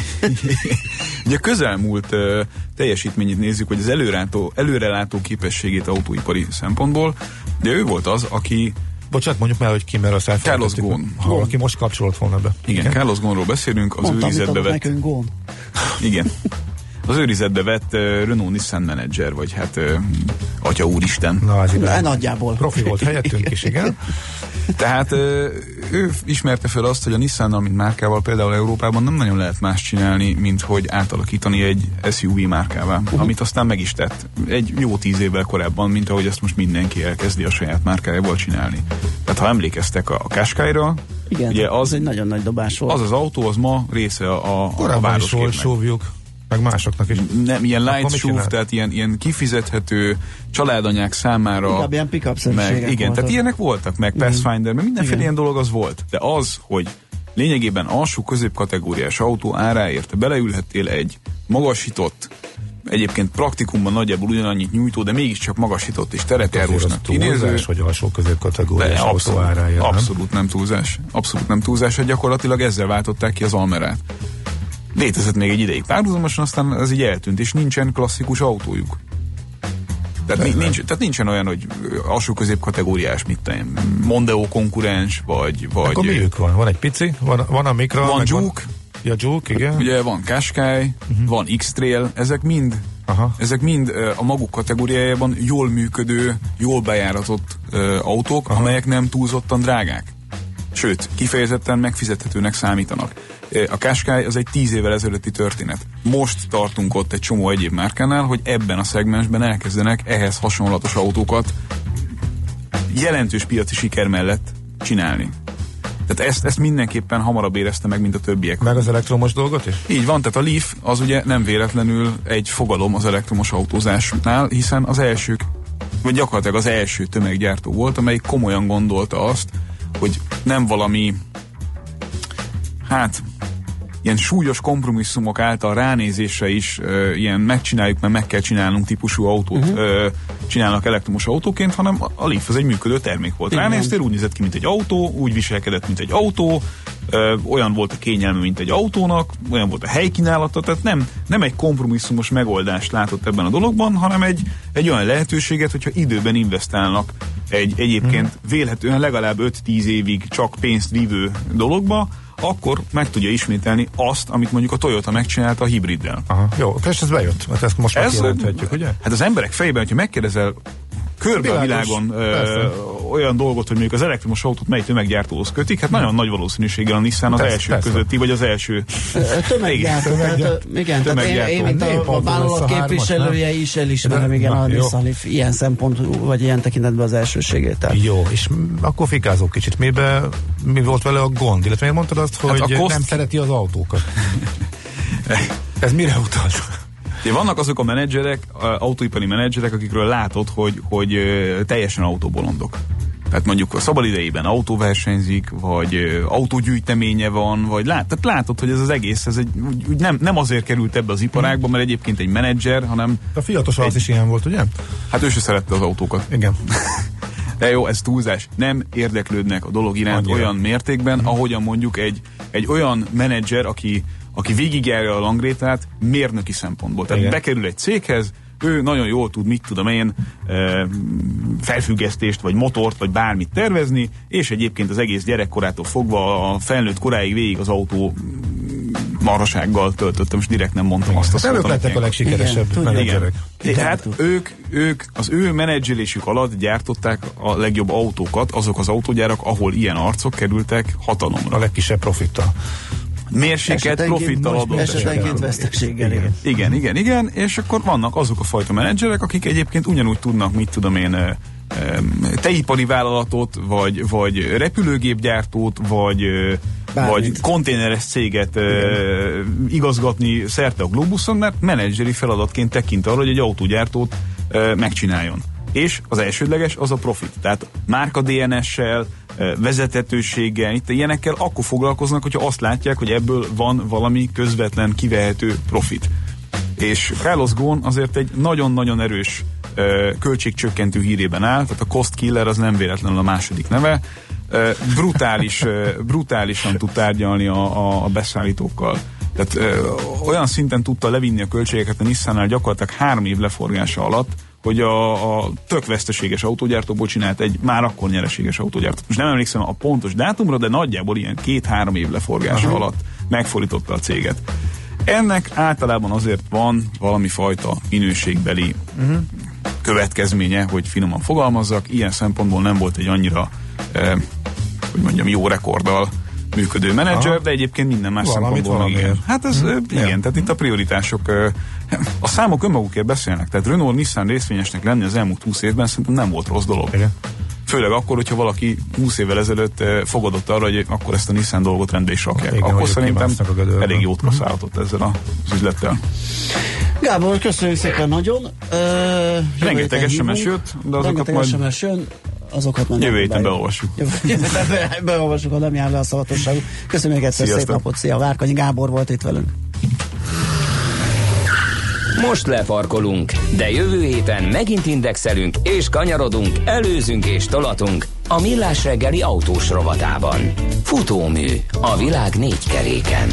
a közelmúlt teljesítményét nézzük, hogy az előrelátó képességét autóipari szempontból, de ő volt az, aki bocsánat, mondjuk már, hogy ki, mert azt Carlos Ghosn. Ha valaki most kapcsolt volna be. Igen, Carlos Ghosnról beszélünk, az őrizetbe vett. Nekünk Ghosn. Igen. Az őrizetbe vett Renault Nissan menedzser, vagy hát atya úristen. Na, az nagyjából. Profi volt helyettünk is, igen. Tehát ő ismerte fel azt, hogy a Nissannal, mint márkával például Európában nem nagyon lehet más csinálni, mint hogy átalakítani egy SUV márkává, amit aztán meg is tett. Egy jó 10 évvel korábban, mint ahogy ezt most mindenki elkezdi a saját márkájával csinálni. Tehát ha emlékeztek a Qashqai-ra, igen, ugye az egy nagyon nagy dobás volt. Az autó, az ma része a városképnek. Meg másoknak is. Nem, ilyen light SUV, tehát ilyen kifizethető családanyák számára. Inkább ilyen pick-up-szerűségek. Igen, tehát ilyenek voltak, meg Pathfinder, meg mindenféle ilyen dolog az volt. De az, hogy lényegében alsó középkategóriás autó áráért beleülhettél egy magasított, egyébként praktikumban nagyjából ugyanannyit nyújtó, de mégiscsak magasított és terepjárósnak kinéző. Hogy alsó középkategóriás autó áráért. Abszolút nem túlzás. Abszolút nem túlzás, hogy gyakorlatilag ezzel váltották ki az Almerát. Létezett még egy ideig párhuzamosan, aztán ez így eltűnt, és nincsen klasszikus autójuk. Tehát nincsen olyan, hogy alsó középkategóriás, Mondeo konkurens, vagy... Akkor miük van? Van egy pici, van a Micra, van Juke. Ja, Juke, igen. Ugye van Qashqai, van X-Trail, ezek mind a maguk kategóriájában jól működő, jól bejáratott autók, amelyek nem túlzottan drágák. Sőt, kifejezetten megfizethetőnek számítanak. A Qashqai az egy 10 évvel ezelőtti történet. Most tartunk ott egy csomó egyéb márkánál, hogy ebben a szegmensben elkezdenek ehhez hasonlatos autókat jelentős piaci siker mellett csinálni. Tehát ezt mindenképpen hamarabb érezte meg, mint a többiek. Meg az elektromos dolgot is? Így van, tehát a Leaf az ugye nem véletlenül egy fogalom az elektromos autózásnál, hiszen az elsők, vagy gyakorlatilag az első tömeggyártó volt, amelyik komolyan gondolta azt, hogy nem valami ilyen súlyos kompromisszumok által ránézésre is ilyen megcsináljuk, mert meg kell csinálnunk típusú autót csinálnak elektromos autóként, hanem a Leaf az egy működő termék volt. Ránéztél, úgy nézett ki, mint egy autó, úgy viselkedett, mint egy autó, olyan volt a kényelme, mint egy autónak, olyan volt a helykínálata, tehát nem egy kompromisszumos megoldást látott ebben a dologban, hanem egy olyan lehetőséget, hogyha időben investálnak egy egyébként vélhetően legalább 5-10 évig csak pénzt vívő dologba, akkor meg tudja ismételni azt, amit mondjuk a Toyota megcsinálta a hibriddel. Aha, jó, és ez bejött, mert ezt most már kijelenthetjük, ugye? Hát az emberek fejében, hogyha megkérdezel körbe a világon olyan dolgot, hogy mondjuk az elektromos autót mely tömeggyártóhoz kötik, hát nagyon nagy valószínűséggel a Nissan az első közötti, vagy az első tömeggyártó. Igen, tehát én mint a vállalat képviselője is elismerem, igen, a Nissan ilyen szempont, vagy ilyen tekintetben az elsőségét. Jó, és akkor fikázok kicsit. Mi volt vele a gond? Illetve miért mondtad azt, hogy nem szereti az autókat? Ez mire utal? Vannak azok a menedzserek, autóipari menedzserek, akikről látod, hogy teljesen autóbolondok. tehát mondjuk a szabadidejében autóversenyzik, vagy autógyűjteménye van, vagy tehát látod, hogy ez az egész, ez nem azért került ebbe az iparágba, mert egyébként egy menedzser, hanem... A Fiatos az is ilyen volt, ugye? Hát ő se szerette az autókat. Igen. De jó, ez túlzás. Nem érdeklődnek a dolog iránt olyan mértékben, ahogyan mondjuk egy olyan menedzser, aki végigjárja a Langrétát mérnöki szempontból. Tehát bekerül egy céghez, ő nagyon jól tud, mit tudom én, felfüggesztést, vagy motort, vagy bármit tervezni, és egyébként az egész gyerekkorától fogva a felnőtt koráig végig az autó marhasággal töltöttem, és direkt nem mondtam azt a szót. Ők lettek a legsikeresebb menedzserek. Tehát ők az ő menedzselésük alatt gyártották a legjobb autókat, azok az autógyárak, ahol ilyen arcok kerültek hatalomra. A legkisebb profittal. Mérsékelt profittal adott esetenként veszteséggel. Igen, és akkor vannak azok a fajta menedzserek, akik egyébként ugyanúgy tudnak, mit tudom én, teipari vállalatot, vagy repülőgépgyártót, vagy konténeres céget igazgatni szerte a globuszon, mert menedzseri feladatként tekint arra, hogy egy autógyártót megcsináljon. És az elsődleges az a profit. Tehát márka DNS-sel, vezethetőséggel, itt ilyenekkel akkor foglalkoznak, hogyha azt látják, hogy ebből van valami közvetlen kivehető profit. És Carlos Ghosn azért egy nagyon-nagyon erős költségcsökkentő hírében áll, tehát a cost killer az nem véletlenül a második neve. Brutálisan tud tárgyalni a beszállítókkal. Tehát olyan szinten tudta levinni a költségeket a Nissannál gyakorlatilag 3 év leforgása alatt, hogy a tök veszteséges autógyártóból csinált egy már akkor nyereséges autógyártót. Most nem emlékszem a pontos dátumra, de nagyjából ilyen 2-3 év leforgása alatt megfordította a céget. Ennek általában azért van valami fajta minőségbeli következménye, hogy finoman fogalmazzak. Ilyen szempontból nem volt egy annyira hogy mondjam, jó rekorddal működő menedzser, de egyébként minden más szempontból meg igen. Hát ez igen, tehát itt a prioritások, a számok önmagukért beszélnek, tehát Renault Nissan részvényesnek lenni az elmúlt 20 évben szerintem nem volt rossz dolog. Igen. Főleg akkor, hogyha valaki 20 évvel ezelőtt fogadott arra, hogy akkor ezt a Nissan dolgot rendbe is rakják. Igen, akkor szerintem elég jót kaszálhatott ezzel az üzlettel. Gábor, köszönjük szépen nagyon. Rengeteg SMS jött, de azokat majd... SMS jön, azokat majd jövő héten beolvassuk. Beolvassuk, ha nem jár le a szavatosságú. Köszönjük egyszer, szép napot, szia! Várkonyi Gábor volt itt velünk. Most lefarkolunk, de jövő héten megint indexelünk és kanyarodunk, előzünk és tolatunk a Millás reggeli autós rovatában. Futómű a világ 4 keréken.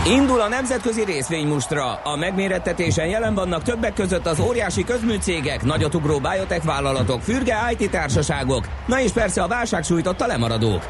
Indul a nemzetközi részvénymustra. A megmérettetésen jelen vannak többek között az óriási közműcégek, nagyotugró biotech vállalatok, fürge IT társaságok, na és persze a válság sújtotta lemaradók.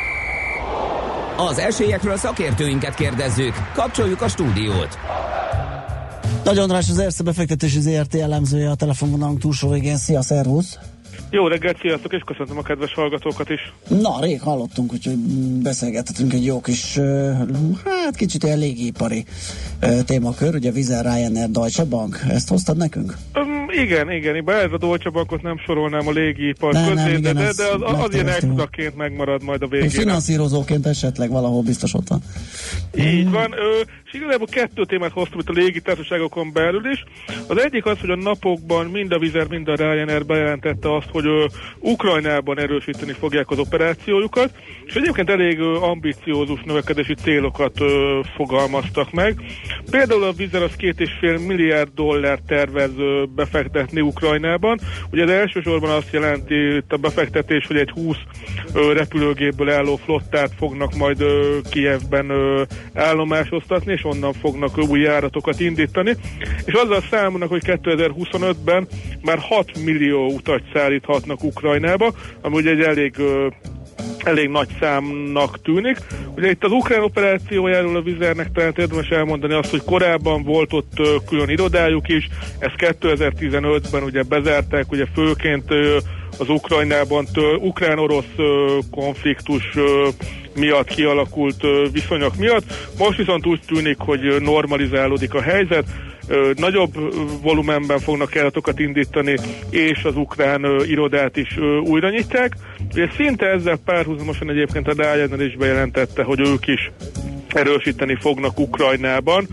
Az esélyekről szakértőinket kérdezzük. Kapcsoljuk a stúdiót. Nagy András, az Erste befektetési ZRT elemzője a telefonvonalunk túlsó végén. Szia, szervusz! Jó reggelt, sziasztok, és köszöntöm a kedves hallgatókat is. Na, rég hallottunk, úgyhogy beszélgethetünk egy jó kis, hát kicsit ilyen légipari témakör, ugye Wizz Air, Ryanair, Deutsche Bank. Ezt hoztad nekünk? Igen, bár ez a Deutsche Bankot nem sorolnám a légipar közé, de az ilyen extraként megmarad majd a végén. Finanszírozóként esetleg valahol biztos ott van. Így van, és igazából 2 témát hoztam itt a légitársaságokon belül is. Az egyik az, hogy a napokban mind a Wizz Air, mind a Ryanair bejelentette azt, hogy Ukrajnában erősíteni fogják az operációjukat, és egyébként elég ambiciózus növekedési célokat fogalmaztak meg. Például a Wizz Air az $2,5 milliárd tervez befektetni Ukrajnában. Ugye az elsősorban azt jelenti itt a befektetés, hogy egy 20 repülőgépből álló flottát fognak majd Kijevben állomásoztatni, és onnan fognak új járatokat indítani. És azzal számolnak, hogy 2025-ben már 6 millió utat szállíthatnak Ukrajnába, ami ugye egy elég nagy számnak tűnik. Ugye itt az ukrán operációjáról a Wizz Airnek tehát érdemes elmondani azt, hogy korábban volt ott külön irodájuk is, ezt 2015-ben ugye bezárták, ugye főként az Ukrajnában ukrán-orosz konfliktus miatt kialakult viszonyok miatt. Most viszont úgy tűnik, hogy normalizálódik a helyzet, nagyobb volumenben fognak járatokat indítani, és az ukrán irodát is újra nyitják. Ugye szinte ezzel párhuzamosan egyébként a Ryanair is bejelentette, hogy ők is erősíteni fognak Ukrajnában.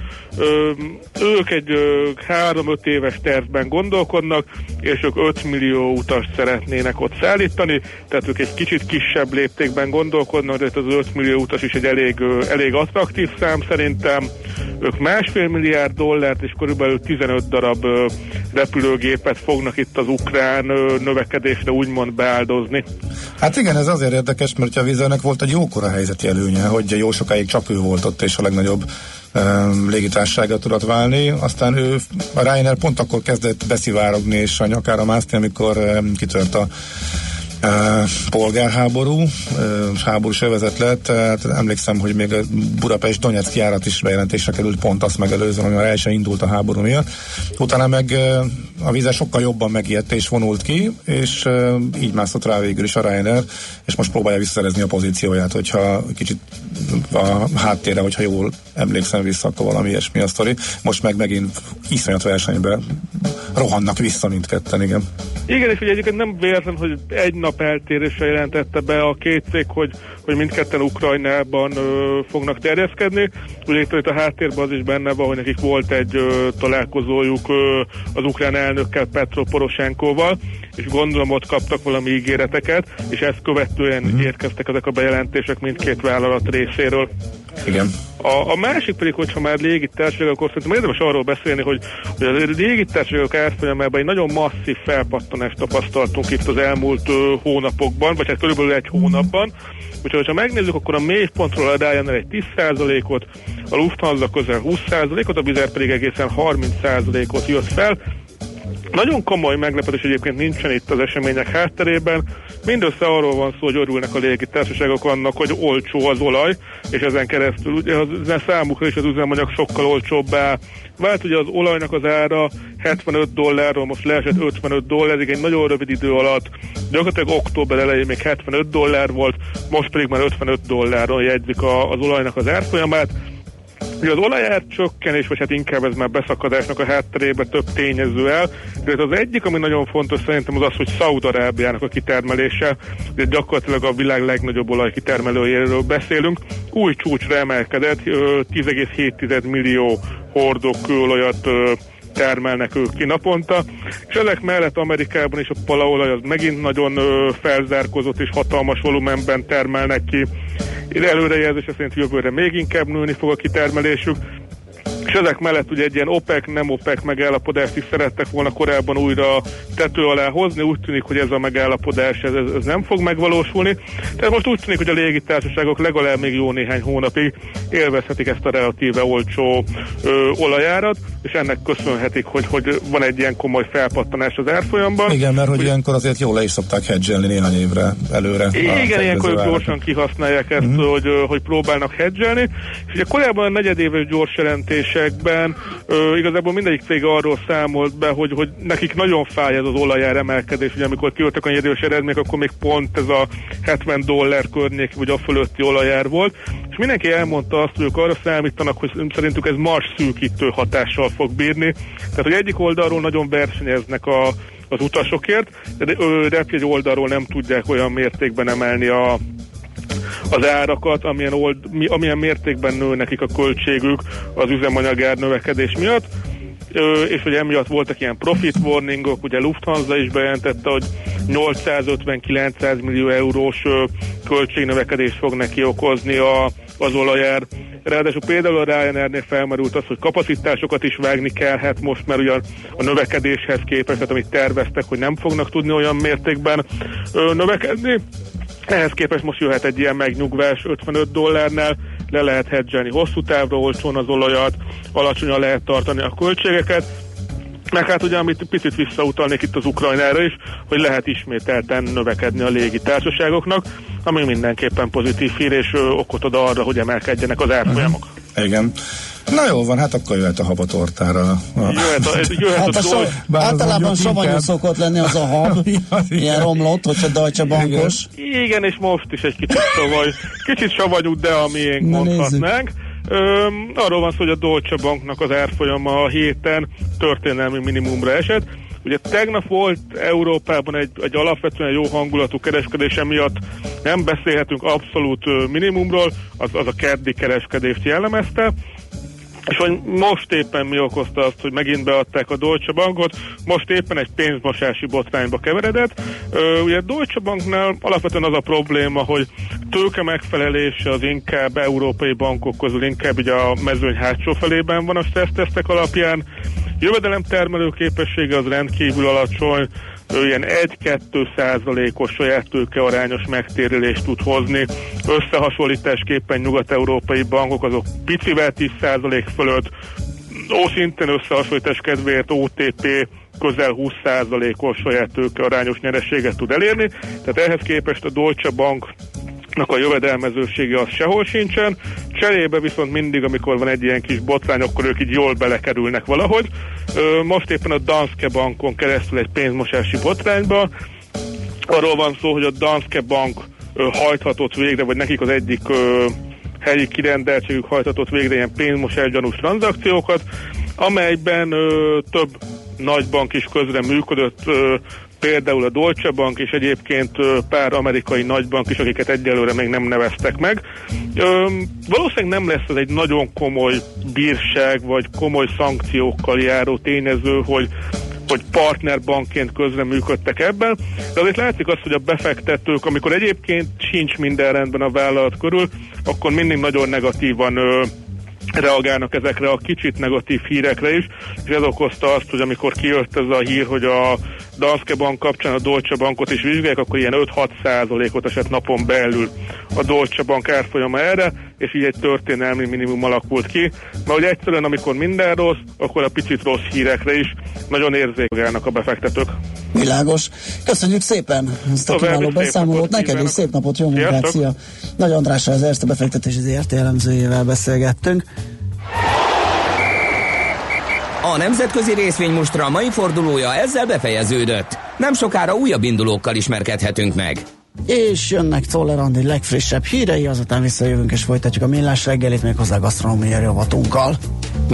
Ők egy 3-5 éves tervben gondolkodnak, és ők 5 millió utast szeretnének ott szállítani, tehát ők egy kicsit kisebb léptékben gondolkodnak, de az 5 millió utas is egy elég attraktív szám szerintem. Ők $1,5 milliárd és körülbelül 15 darab repülőgépet fognak itt az ukrán növekedésre úgymond beáldozni. Hát igen, ez azért érdekes, mert a Wizz Airnek volt egy jókora helyzeti előnye, hogy jó sokáig csak ő volt ott, és a legnagyobb légitársasága tudott válni. Aztán a Ryanair pont akkor kezdett beszivárogni és a nyakára mászni, amikor kitört a polgárháború, háborús övezet lett, tehát emlékszem, hogy még a Budapest-Donetszki járat is bejelentésre került pont azt megelőzően, ami már el sem indult a háború miatt. Utána meg a Wizz Air sokkal jobban megijedt és vonult ki, és így mászott rá végül is a Ryanair, és most próbálja visszaszerezni a pozícióját, hogyha kicsit a háttérre, hogyha jól emlékszem vissza, akkor valami ilyesmi a sztori. Most meg megint iszonyat versenyben rohannak vissza mindketten, igen. Igen, és ugye egyébként nem véletlen, hogy egy nap eltérésre jelentette be a két cég, hogy mindketten Ukrajnában fognak terjeszkedni. Ugye itt a háttérben az is benne van, hogy nekik volt egy találkozójuk az ukrán elnökkel, Petro Poroshenkoval, és gondolom ott kaptak valami ígéreteket, és ezt követően érkeztek ezek a bejelentések mindkét vállalat részéről. Igen. A másik pedig, hogyha már légitársaságok, akkor szerintem érdemes arról beszélni, hogy a légitársaságok árfolyamában egy nagyon masszív felpattanást tapasztaltunk itt az elmúlt hónapokban, vagy hát körülbelül egy hónapban. Úgyhogy ha megnézzük, akkor a mélypontról a Ryanair egy 10%-ot, a Lufthansa közel 20%-ot, a Wizz Air pedig egészen 30%-ot jött fel. Nagyon komoly meglepetés egyébként nincsen itt az események hátterében. Mindössze arról van szó, hogy örülnek a légitársaságok annak, hogy olcsó az olaj, és ezen keresztül ugye az számukra is az üzemanyag sokkal olcsóbbá vált. Ugye az olajnak az ára $75, most leesett $55, egy nagyon rövid idő alatt. Gyakorlatilag október elején még $75 volt, most pedig már $55 jegyzik az olajnak az árfolyamát. Ugye az olajár csökkenés, vagy hát inkább ez már beszakadásnak a hátterében több tényező el. De az egyik, ami nagyon fontos szerintem az az, hogy Szaúd-Arábiának a kitermelése, ugye gyakorlatilag a világ legnagyobb olajkitermelőjéről beszélünk, új csúcsra emelkedett, 10,7 millió hordó kőolajat termelnek ők ki naponta, és ezek mellett Amerikában is a palaolaj az megint nagyon felzárkózott és hatalmas volumenben termelnek ki. Előrejelzése szerint jövőre még inkább nőni fog a kitermelésük, és ezek mellett ugye egy ilyen OPEC, nem OPEC megállapodást is szerettek volna korábban újra tető alá hozni, úgy tűnik, hogy ez a megállapodás ez nem fog megvalósulni. Tehát most úgy tűnik, hogy a légitársaságok legalább még jó néhány hónapig élvezhetik ezt a relatíve olcsó olajárat, és ennek köszönhetik, hogy van egy ilyen komoly felpattanás az árfolyamban. Igen, mert hogy ilyenkor azért jól le is szokták hedgelni néhány évre előre. Igen, ilyenkor gyorsan kihasználják ezt, hogy próbálnak hedgelni. És ugye korábban a negyedéves gyors jelentésekben igazából mindegyik cég arról számolt be, hogy nekik nagyon fáj ez az olajár emelkedés. Ugye amikor kijöttek a negyedéves eredmények, akkor még pont ez a $70 környék, vagy a fölötti olajár volt. És mindenki elmondta azt, hogy ők arra számítanak, hogy szerintük ez marsszűkítő hatással fog bírni. Tehát, hogy egyik oldalról nagyon versenyeznek az utasokért, de repjegy oldalról nem tudják olyan mértékben emelni az árakat, amilyen mértékben nő nekik a költségük az üzemanyagár növekedés miatt, és hogy emiatt voltak ilyen profit warningok, ugye Lufthansa is bejelentette, hogy 850-900 millió eurós költségnövekedést fog neki okozni az olajár. Ráadásul például a Ryanairnél felmerült az, hogy kapacitásokat is vágni kellhet most, mert ugyan a növekedéshez képest, tehát amit terveztek, hogy nem fognak tudni olyan mértékben növekedni. Ehhez képest most jöhet egy ilyen megnyugvás $55-nál, le lehet hedgelni hosszú távra olcsón az olajat, alacsonyan lehet tartani a költségeket, meg hát ugye, amit picit visszautalnék itt az Ukrajnára is, hogy lehet ismételten növekedni a légitársaságoknak, ami mindenképpen pozitív hír, és okot ad arra, hogy emelkedjenek az árfolyamok. Igen. Na jó van, hát akkor jöhet a habatortára. Általában savanyú szokott lenni az a hab, ilyen romlott, hogyha Deutsche Bankos. Igen, és most is egy kicsit savanyú, de a miénk mondhatnánk. Arról van szó, hogy a Deutsche Banknak az árfolyama a héten történelmi minimumra esett. Ugye tegnap volt Európában egy alapvetően jó hangulatú kereskedése miatt nem beszélhetünk abszolút minimumról, az a keddi kereskedést jellemezte. És hogy most éppen mi okozta azt, hogy megint beadták a Deutsche Bankot, most éppen egy pénzmosási botrányba keveredett. Ugye a Deutsche Banknál alapvetően az a probléma, hogy tőke megfelelése az inkább európai bankok közül inkább ugye a mezőny hátsó felében van a stressztesztek alapján. Jövedelemtermelő képessége az rendkívül alacsony, ilyen 1-2%-os saját tőke arányos megtérülést tud hozni. Összehasonlításképpen nyugat-európai bankok azok picivel 10% fölött, szintén összehasonlítás kedvéért OTP közel 20%-os saját tőke arányos nyereséget tud elérni, tehát ehhez képest a Deutsche Bank a jövedelmezősége az sehol sincsen, cserébe viszont mindig, amikor van egy ilyen kis botrány, akkor ők így jól belekerülnek valahogy. Most éppen a Danske Bankon keresztül egy pénzmosási botrányba. Arról van szó, hogy a Danske Bank hajthatott végre, vagy nekik az egyik helyi kirendeltségük hajthatott végre ilyen pénzmosás gyanús tranzakciókat, amelyben több nagybank is közre működött, például a Deutsche Bank és egyébként pár amerikai nagybank is, akiket egyelőre még nem neveztek meg. Valószínűleg nem lesz ez egy nagyon komoly bírság, vagy komoly szankciókkal járó tényező, hogy partnerbankként közreműködtek ebben, de azért látszik azt, hogy a befektetők, amikor egyébként sincs minden rendben a vállalat körül, akkor mindig nagyon negatívan reagálnak ezekre a kicsit negatív hírekre is, és ez okozta azt, hogy amikor kijött ez a hír, hogy a Danske Bank kapcsán a Deutsche Bankot is vizsgálják, akkor ilyen 5-6%-ot esett napon belül a Deutsche Bank árfolyama erre, és így egy történelmi minimum alakult ki. Mert hogy egyszerűen, amikor minden rossz, akkor a picit rossz hírekre is nagyon érzékelnek a befektetők. Világos. Köszönjük szépen ezt a kiváló beszámolót. Neked is szép napot, jó munkát, szia! Nagy Andrással, az Erste befektetési ZRT elemzőjével beszélgettünk. A nemzetközi részvénymustra mai fordulója ezzel befejeződött. Nem sokára újabb indulókkal ismerkedhetünk meg. És jönnek Czoller Andi legfrissebb hírei, azután visszajövünk és folytatjuk a Millás reggelit, méghozzá gasztronómiai rovatunkkal.